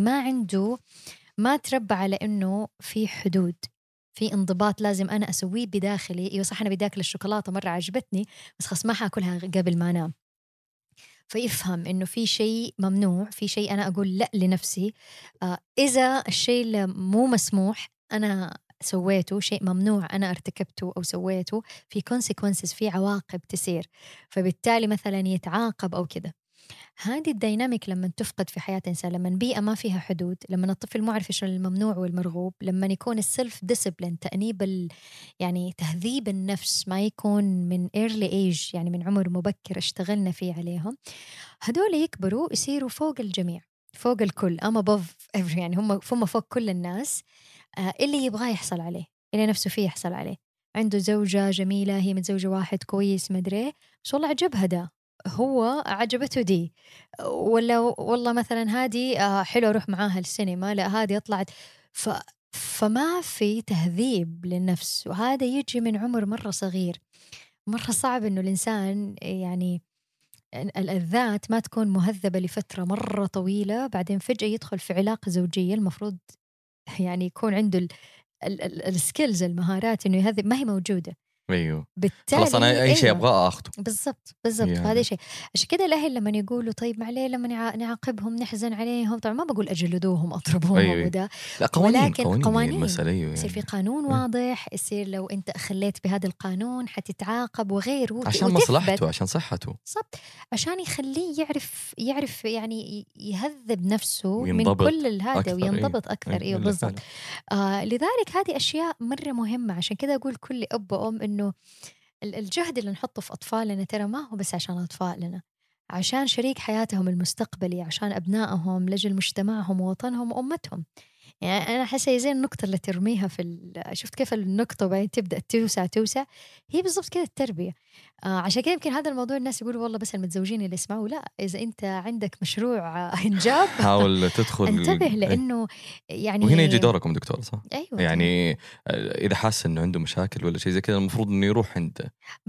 [SPEAKER 2] ما تربى على إنه في حدود، في انضباط لازم أنا أسويه بداخلي. إيوه صح، أنا بدي أكل الشوكولاتة مرة عجبتني بس خلاص ما حاكلها قبل ما أنام. فيفهم إنه في شيء ممنوع، في شيء أنا أقول لا لنفسي. إذا الشيء مو مسموح أنا سويته، شيء ممنوع أنا ارتكبته أو سويته، في consequences، في عواقب تصير، فبالتالي مثلا يتعاقب أو كده. هذه الديناميك لما تفقد في حياة إنسان، لما بيئة ما فيها حدود، لما الطفل ما يعرف إيش الممنوع والمرغوب، لما يكون السلف ديسيبلين، تأنيب يعني تهذيب النفس ما يكون من early age، يعني من عمر مبكر اشتغلنا فيه عليهم، هدول يكبروا يصيروا فوق الجميع، فوق الكل، above every، يعني هم فوق كل الناس. اللي يبغاه يحصل عليه، اللي نفسه فيه يحصل عليه. عنده زوجة جميلة، هي متزوجة واحد كويس مدري، بس والله عجبها ده، هو عجبته دي، ولا والله مثلا هذه حلو أروح معاها السينما، لا هذه طلعت فما في تهذيب للنفس، وهذا يجي من عمر مرة صغير. مرة صعب إنه الإنسان يعني الذات ما تكون مهذبة لفترة مرة طويلة، بعدين فجأة يدخل في علاقة زوجية، المفروض يعني يكون عنده السكيلز، المهارات إنه يهذب، ما هي موجودة.
[SPEAKER 1] ايوه
[SPEAKER 2] بالتالي
[SPEAKER 1] خلاص انا اي شيء ابغاه اخذه.
[SPEAKER 2] بالضبط هذا شيء. عشان كده الاهل لما يقولوا طيب معليه لما نعاقبهم نحزن عليهم، طبعا ما بقول اجلدوهم اضربوهم
[SPEAKER 1] أيوة.
[SPEAKER 2] وده،
[SPEAKER 1] لا قوانين،
[SPEAKER 2] ولكن قوانين
[SPEAKER 1] المسألة أيوة،
[SPEAKER 2] يصير في قانون واضح، يصير لو انت خليت بهذا القانون حتتعاقب وغيره،
[SPEAKER 1] عشان مصلحته، عشان صحته،
[SPEAKER 2] بالضبط، عشان يخليه يعرف يعني يهذب نفسه
[SPEAKER 1] وينضبط
[SPEAKER 2] من كل هذا وينضبط أكثر.
[SPEAKER 1] أيوة
[SPEAKER 2] بالضبط. لذلك هذه أشياء مرة مهمة. عشان كده أقول كل أب وأم إنه الجهد اللي نحطه في أطفالنا ترى ما هو بس عشان أطفالنا، عشان شريك حياتهم المستقبلي، عشان أبنائهم، لجل مجتمعهم ووطنهم وأمتهم. يعني أنا أحسها زي النقطة اللي ترميها شفت كيف النقطة بعدين تبدأ توسع، هي بالضبط كده التربية. عشان كده يمكن هذا الموضوع الناس يقولوا والله بس المتزوجين اللي يسمعوا، لا، إذا أنت عندك مشروع إنجاب
[SPEAKER 1] حاول تدخل،
[SPEAKER 2] انتبه، لأنه يعني
[SPEAKER 1] وهنا يجي دوركم دكتور، صح؟
[SPEAKER 2] أيوة
[SPEAKER 1] يعني إذا حاس إنه عنده مشاكل ولا شيء زي كذا، المفروض إنه يروح عند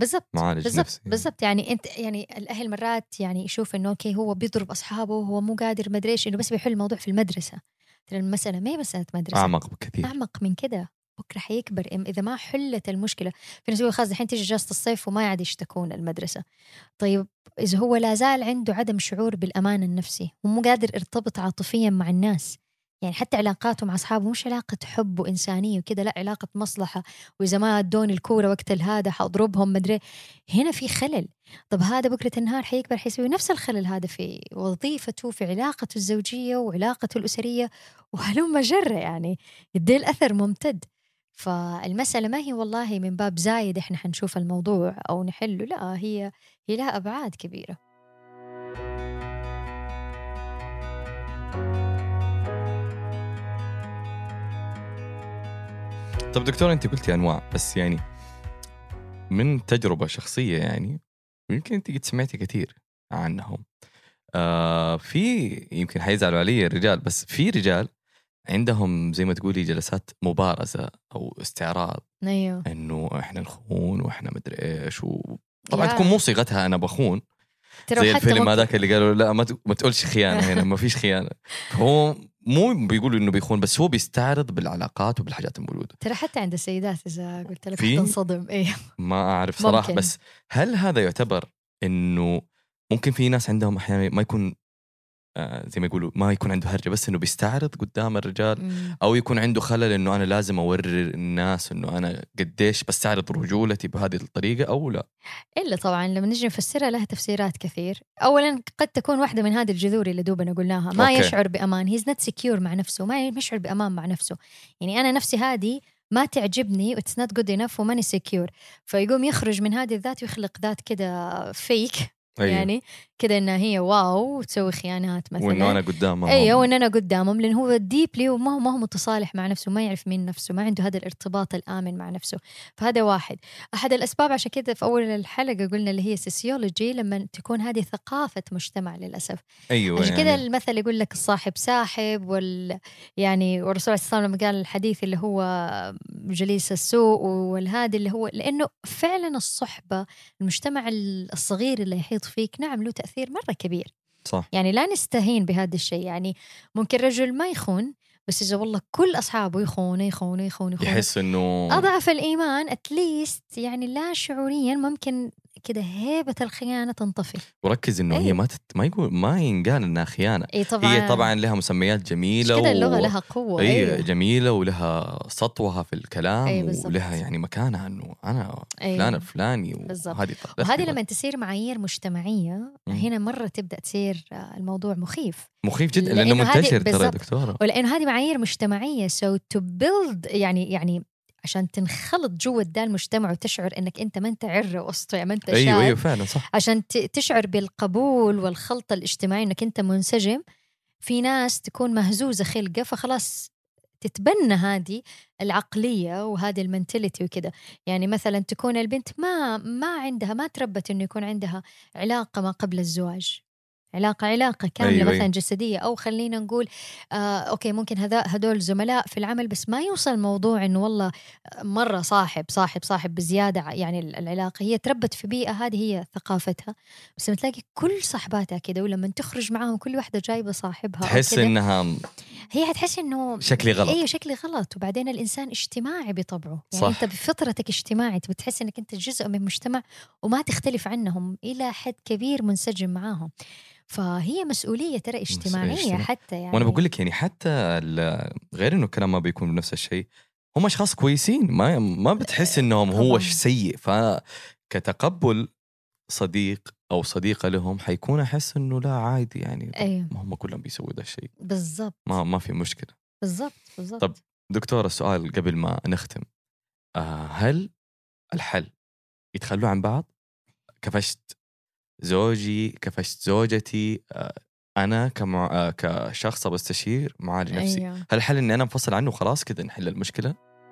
[SPEAKER 1] معالج نفسي.
[SPEAKER 2] بالضبط. يعني أنت يعني الأهل مرات يعني يشوف إنه أوكي هو بيضرب أصحابه، هو مو قادر مدري إيش، إنه بس بيحل الموضوع في المدرسة. ترى المسألة ما هي مسألة مدرسة،
[SPEAKER 1] أعمق بكثير،
[SPEAKER 2] أعمق من كده. بكرة حيكبر إذا ما حلت المشكلة. في ناس يقول خلاص الحين تيجي جلسة الصيف وما يعد يشتكون المدرسة. طيب إذا هو لا زال عنده عدم شعور بالأمان النفسي ومو قادر يرتبط عاطفيا مع الناس، يعني حتى علاقاته مع أصحابه مش علاقة حب وإنسانية وكده، لا علاقة مصلحة، وإذا ما ادوني الكورة وقت هذا حأضربهم مدري، هنا في خلل. طب هذا بكرة النهار حيكبر حيسوي نفس الخلل هذا في وظيفته، في علاقته الزوجية وعلاقته الأسرية، وهلم جرة، يعني يدي الأثر ممتد. فالمسألة ما هي والله من باب زايد إحنا حنشوف الموضوع أو نحله، لا، هي لها أبعاد كبيرة.
[SPEAKER 1] طب دكتور أنت قلتي أنواع، بس يعني من تجربة شخصية يعني يمكن أنت قد سمعتي كثير عنهم. في يمكن حيزعلوا علي الرجال، بس في رجال عندهم زي ما تقولي جلسات مبارزة أو استعراض.
[SPEAKER 2] أيوه.
[SPEAKER 1] إنه إحنا نخون وإحنا مدري إيش، طبعا تكون مو صيغتها أنا بخون، زي الفيلم هذاك اللي قالوا لا ما تقولش خيانة هنا، ما فيش خيانة. هو مو بيقولوا إنه بيخون، بس هو بيستعرض بالعلاقات وبالحاجات الموجودة.
[SPEAKER 2] ترى حتى عند السيدات إذا قلت لك تنصدم. إيه
[SPEAKER 1] ما أعرف صراحة، بس هل هذا يعتبر إنه ممكن في ناس عندهم أحيانا ما يكون زي ما يقولوا ما يكون عنده هرجة بس إنه بيستعرض قدام الرجال، أو يكون عنده خلل إنه أنا لازم أورر الناس إنه أنا قديش بستعرض رجولتي بهذه الطريقة أو لا؟
[SPEAKER 2] إلا طبعا لما نجي نفسرها لها تفسيرات كثير. أولا قد تكون واحدة من هذه الجذور اللي دوبنا قلناها، ما
[SPEAKER 1] أوكي.
[SPEAKER 2] يشعر بأمان، he's not secure مع نفسه، ما يشعر بأمان مع نفسه. يعني أنا نفسي هذه ما تعجبني it's not good enough وماني secure، فيقوم يخرج من هذه الذات ويخلق ذات كده فيك.
[SPEAKER 1] أيوه.
[SPEAKER 2] يعني كده إنها هي واو وتسوي خيانات مثلا،
[SPEAKER 1] وإنه أنا قدامهم.
[SPEAKER 2] أيوه وإن أنا قدامهم، لأن هو ديبلي وما هو متصالح مع نفسه، ما يعرف مين نفسه، ما عنده هذا الارتباط الآمن مع نفسه. فهذا واحد أحد الأسباب. عشان كده في أول الحلقة قلنا اللي هي سيسيولوجي، لما تكون هذه ثقافة مجتمع للأسف.
[SPEAKER 1] أيوه
[SPEAKER 2] عشان
[SPEAKER 1] يعني.
[SPEAKER 2] كده المثل يقول لك الصاحب ساحب، يعني والرسول صلى الله عليه وسلم قال الحديث اللي هو جليس السوء، والهادي اللي هو، لأنه فعلا الصحبة المجتمع الصغير اللي يحيط فيك نعم له تأثير مرة كبير.
[SPEAKER 1] صح.
[SPEAKER 2] يعني لا نستهين بهذا الشيء. يعني ممكن رجل ما يخون، بس إذا والله كل أصحابه يخون
[SPEAKER 1] يحس إنه
[SPEAKER 2] أضعف الإيمان أتليست، يعني لا شعوريا ممكن كده هيبة الخيانة تنطفي.
[SPEAKER 1] وركز إنه هي ما يقول ما ينقال إنها خيانة.
[SPEAKER 2] طبعاً.
[SPEAKER 1] هي طبعا لها مسميات جميلة،
[SPEAKER 2] كده اللغة لها قوة.
[SPEAKER 1] جميلة ولها سطوها في الكلام، ولها يعني مكانها إنه أنا فلان الفلاني.
[SPEAKER 2] وهذه لما تصير معايير مجتمعية هنا مرة تبدأ تصير الموضوع مخيف
[SPEAKER 1] جدا، لأنه منتشر ترى دكتورة،
[SPEAKER 2] ولأنه هذه معايير مجتمعية. so to build يعني عشان تنخلط جوا ده المجتمع وتشعر انك انت ما انت عرة وسطي، ما انت شاذ.
[SPEAKER 1] ايوه فعلا صح.
[SPEAKER 2] عشان تشعر بالقبول والخلطة الاجتماعي انك انت منسجم. في ناس تكون مهزوزة خلقة فخلاص تتبنى هذه العقلية وهذه المنتاليتي وكده. يعني مثلا تكون البنت ما عندها، ما تربت انه يكون عندها علاقة ما قبل الزواج، علاقة كاملة. أيوة مثلا جسدية، أو خلينا نقول أوكي ممكن هدول زملاء في العمل، بس ما يوصل الموضوع إنه والله مرة صاحب بزيادة. يعني العلاقة هي تربت في بيئة هذه هي ثقافتها، بس لما تلاقي كل صاحباتها كده ولما تخرج معاهم كل واحدة جايبة صاحبها
[SPEAKER 1] تحس إنها
[SPEAKER 2] هي هتحس إنه
[SPEAKER 1] شكلي غلط.
[SPEAKER 2] أيوة شكلي غلط. وبعدين الإنسان اجتماعي بطبعه، يعني أنت بفطرتك اجتماعي، بتحس إنك أنت جزء من مجتمع وما تختلف عنهم إلى حد كبير، منسجم معاهم. فهي مسؤولية ترى اجتماعية حتى. يعني
[SPEAKER 1] وأنا بقول لك يعني حتى غير إنه الكلام ما بيكون بنفس الشيء، هم أشخاص كويسين، ما بتحس إنهم هو سيء. فكتقبل صديق أو صديقة لهم حيكون أحس إنه لا عادي، يعني
[SPEAKER 2] أيوه.
[SPEAKER 1] هم كلهم بيسووا ده الشيء
[SPEAKER 2] بالضبط،
[SPEAKER 1] ما في مشكلة.
[SPEAKER 2] بالضبط.
[SPEAKER 1] طب دكتورة، السؤال قبل ما نختم، هل الحل يتخلوا عن بعض؟ كفشت زوجي، كفشت زوجتي، أنا كشخص بستشير معالج نفسي.
[SPEAKER 2] أيوه.
[SPEAKER 1] هل الحل إني أنا انفصل عنه وخلاص كده نحل المشكلة؟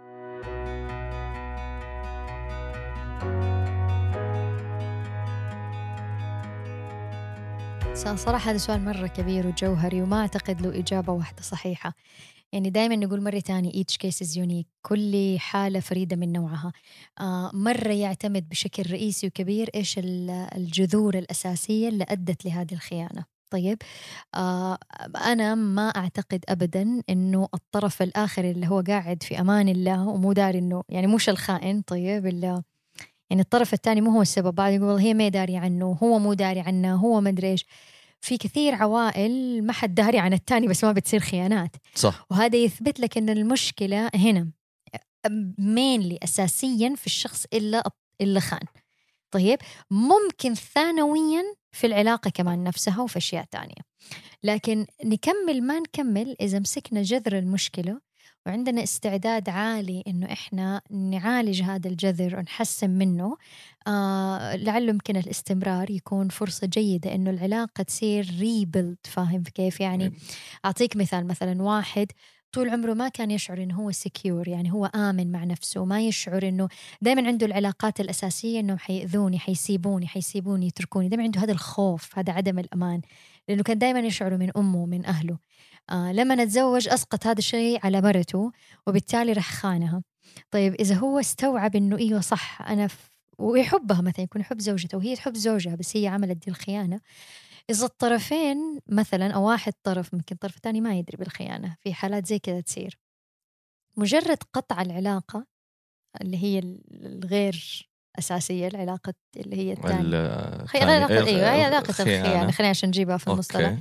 [SPEAKER 2] صراحة هذا سؤال مرة كبير وجوهري، وما أعتقد له إجابة واحدة صحيحة. يعني دائما نقول مرة تاني each case is unique، كل حالة فريدة من نوعها. مرة يعتمد بشكل رئيسي وكبير إيش الجذور الأساسية اللي أدت لهذه الخيانة. طيب أنا ما أعتقد أبدا إنه الطرف الآخر اللي هو قاعد في أمان الله ومو داري إنه، يعني مش الخائن، طيب اللي يعني الطرف الثاني مو هو السبب، بعد يقول هي ما داري عنه، هو مو داري عنه، هو ما أدري إيش. في كثير عوائل ما حد داري عن التاني بس ما بتصير خيانات.
[SPEAKER 1] صح.
[SPEAKER 2] وهذا يثبت لك إن المشكلة هنا mainly أساسيا في الشخص اللي خان. طيب ممكن ثانويا في العلاقة كمان نفسها وفي أشياء تانية، لكن نكمل ما نكمل إذا مسكنا جذر المشكلة وعندنا استعداد عالي إنه إحنا نعالج هذا الجذر ونحسن منه. لعله يمكن الاستمرار يكون فرصة جيدة إنه العلاقة تصير ريبيلد. فاهم كيف؟ يعني أعطيك مثال، مثلا واحد طول عمره ما كان يشعر إنه هو سكيور، يعني هو آمن مع نفسه، ما يشعر إنه، دائما عنده العلاقات الأساسية إنه حيأذوني، حيسيبوني يتركوني، دائما عنده هذا الخوف، هذا عدم الأمان، لأنه كان دائما يشعر من أمه ومن أهله. لما نتزوج أسقط هذا الشيء على مرته وبالتالي رح خانها. طيب إذا هو استوعب إنه إيوه صح أنا ويحبها، مثلا يكون يحب زوجته وهي تحب زوجها بس هي عملت دي الخيانة، إذا الطرفين مثلا أو واحد طرف، ممكن طرف تاني ما يدري بالخيانة، في حالات زي كده تصير، مجرد قطع العلاقة اللي هي الغير أساسية، العلاقة اللي هي الثانية، علاقة الخيانة، خلينا عشان نجيبها في المصطلح.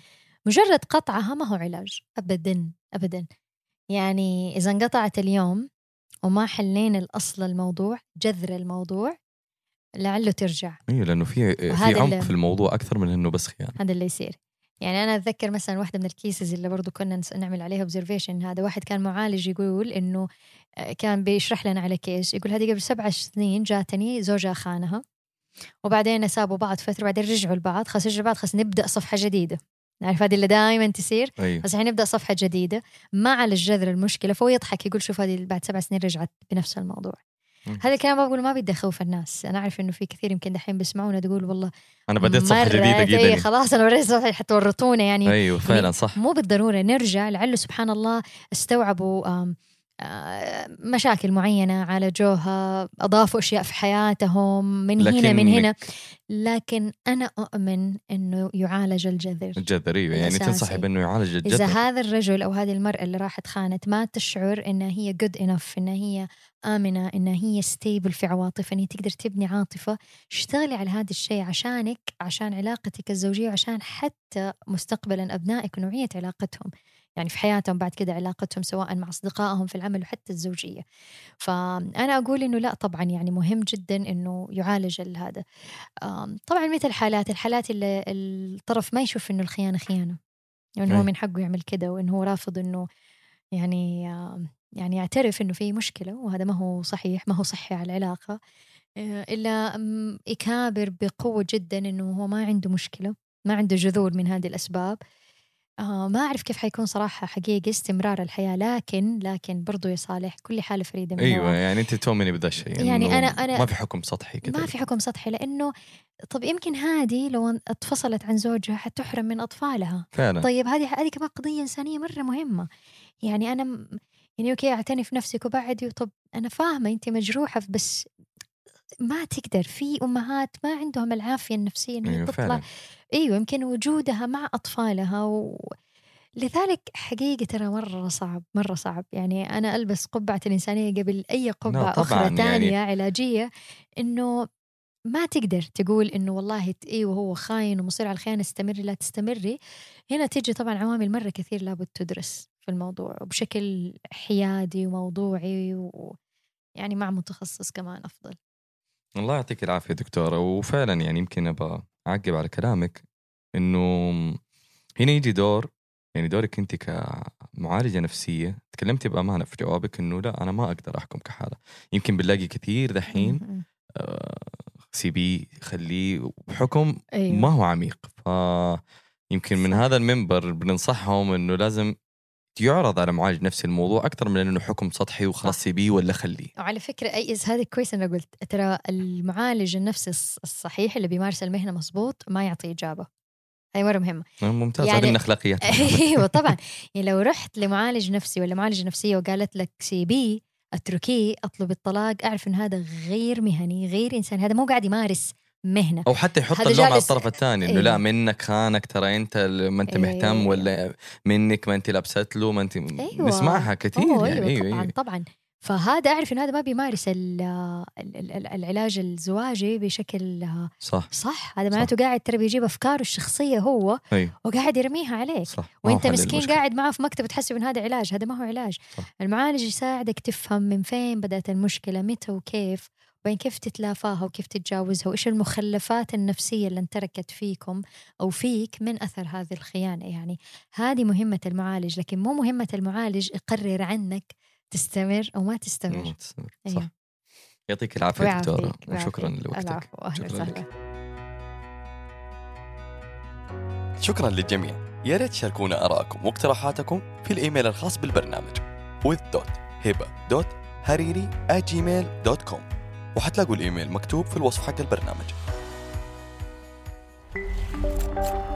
[SPEAKER 2] مجرد قطعها ما هو علاج أبدا أبدا. يعني إذا انقطعت اليوم وما حلين الأصل الموضوع، جذر الموضوع، لعله ترجع.
[SPEAKER 1] ايوه لانه في عمق في الموضوع اكثر من انه بس خيانه.
[SPEAKER 2] هذا اللي يصير. يعني انا اتذكر مثلا واحده من الكيسز اللي برضو كنا نعمل عليها اوبزرفيشن، هذا واحد كان معالج يقول انه كان بيشرح لنا على كيس، يقول هذه قبل 7 سنين جاتني زوجها خانها، وبعدين سابوا بعض فتره، بعدين رجعوا لبعض، خلاص رجعوا بعض، خلاص نبدا صفحه جديده. نعرف هذه اللي دائما تصير.
[SPEAKER 1] أيوه.
[SPEAKER 2] بس الحين نبدا صفحه جديده ما على الجذر المشكله. فهو يضحك يقول شوف هذه بعد 7 سنين رجعت بنفس الموضوع. هذا الكلام بقول ما بدي أخوف الناس. أنا أعرف إنه في كثير يمكن دحين بيسمعونا تقول والله
[SPEAKER 1] أنا بديت صفحة جديدة جدا.
[SPEAKER 2] خلاص أنا بديت صفحة حتورطونا يعني.
[SPEAKER 1] أيوه فعلا صح.
[SPEAKER 2] مو بالضرورة نرجع، لعله سبحان الله استوعبوا مشاكل معينة عالجوها، أضافوا أشياء في حياتهم من هنا. لكن أنا أؤمن إنه يعالج الجذر.
[SPEAKER 1] أيوه يعني تنصحي بأنه يعالج الجذر.
[SPEAKER 2] إذا هذا الرجل أو هذه المرأة اللي راحت خانت ما تشعر إنها هي good enough، إنها هي آمنة، إنها هي stable في عواطف، إنها تقدر تبني عاطفة، اشتغلي على هذا الشيء عشانك، عشان علاقتك الزوجية، عشان حتى مستقبلا أبنائك ونوعية علاقتهم يعني في حياتهم بعد كده، علاقتهم سواء مع أصدقائهم في العمل وحتى الزوجية. فأنا أقول إنه لا طبعا يعني مهم جدا إنه يعالج هذا. طبعا مثل الحالات اللي الطرف ما يشوف إنه الخيانة خيانة، يعني هو من حقه يعمل كده، وإنه هو رافض إنه يعني يعترف إنه في مشكلة، وهذا ما هو صحيح، ما هو صحي على العلاقة، إلا يكابر بقوة جدا إنه هو ما عنده مشكلة، ما عنده جذور من هذه الأسباب. ما أعرف كيف حيكون صراحة حقيقي استمرار الحياة، لكن برضو يا صالح كل حالة فريدة من
[SPEAKER 1] أيوة يعني أنت تؤمني بهذا الشيء،
[SPEAKER 2] يعني أنا
[SPEAKER 1] ما في حكم سطحي كده،
[SPEAKER 2] ما في حكم سطحي، لأنه طب يمكن هذه لو اتفصلت عن زوجها حتحرم من أطفالها
[SPEAKER 1] فعلا.
[SPEAKER 2] طيب هذه كمان قضية إنسانية مرة مهمة. يعني أنا يعني أوكي أعتني في نفسك وبعدي، طب أنا فاهمة أنت مجروحة، بس ما تقدر، في أمهات ما عندهم العافية النفسية إنها
[SPEAKER 1] أيوة
[SPEAKER 2] تطلع
[SPEAKER 1] فعلا.
[SPEAKER 2] أيوة يمكن وجودها مع أطفالها لذلك حقيقي ترى مرة صعب. يعني أنا ألبس قبعة الإنسانية قبل أي قبعة أخرى تانية يعني علاجية، إنه ما تقدر تقول إنه والله أيوة هو خاين ومصير على الخيانة استمري، لا تستمري. هنا تيجي طبعا عوامل مرة كثير لابد تدرس في الموضوع وبشكل حيادي وموضوعي، ويعني مع متخصص كمان أفضل.
[SPEAKER 1] الله يعطيك العافية دكتورة. وفعلا يعني يمكن أبغى أعقب على كلامك، إنه هنا يجي دورك أنت كمعالجة نفسية. تكلمتي بأمانة في جوابك إنه لا أنا ما أقدر أحكم كحالة. يمكن بنلاقي كثير دحين سيبي خليه بحكم
[SPEAKER 2] أيوة.
[SPEAKER 1] ما هو عميق، فيمكن من هذا المنبر بننصحهم إنه لازم يعرض على معالج نفسي الموضوع أكثر من إنه حكم سطحي وخلاص سيبيه ولا خليه.
[SPEAKER 2] وعلى فكرة هذا كويس أنا قلت، ترى المعالج النفسي الصحيح اللي بيمارس المهنة مظبوط ما يعطي إجابة، هاي مرة مهمة.
[SPEAKER 1] ممتاز، هذه من أخلاقيات.
[SPEAKER 2] أيوة طبعا. يعني لو رحت لمعالج نفسي ولا معالجة نفسية وقالت لك سيبيه، اتركيه، أطلب الطلاق، أعرف إن هذا غير مهني، غير إنسان، هذا مو قاعد يمارس مهنة،
[SPEAKER 1] أو حتى يحط اللوم على الطرف الثاني إنه لا منك خانك، ترى أنت ما أنت مهتم، ولا منك ما أنت لبست له، ما أنت نسمعها كثير.
[SPEAKER 2] يعني طبعا. فهذا أعرف إن هذا ما بيمارس العلاج الزواجي بشكل صح. هذا معناته قاعد ترى بيجيب أفكاره الشخصية هو وقاعد يرميها عليك، وأنت مسكين قاعد معه في مكتب تحسب إن هذا علاج. هذا ما هو علاج. المعالج يساعدك تفهم من فين بدأت المشكلة، متى وكيف، وين كيف تتلافاها وكيف تتجاوزها، وإيش المخلفات النفسية اللي انتركت فيكم أو فيك من أثر هذه الخيانة. يعني هذه مهمة المعالج، لكن مو مهمة المعالج يقرر عنك تستمر أو ما تستمر.
[SPEAKER 1] صح. يعطيك العافية دكتورة، وشكرا لوقتك.
[SPEAKER 3] شكرا للجميع. يا ريت تشاركونا آراءكم واقتراحاتكم في الإيميل الخاص بالبرنامج with.hiba.hariri@gmail.com، وحتلاقوا الإيميل مكتوب في الوصف حق البرنامج.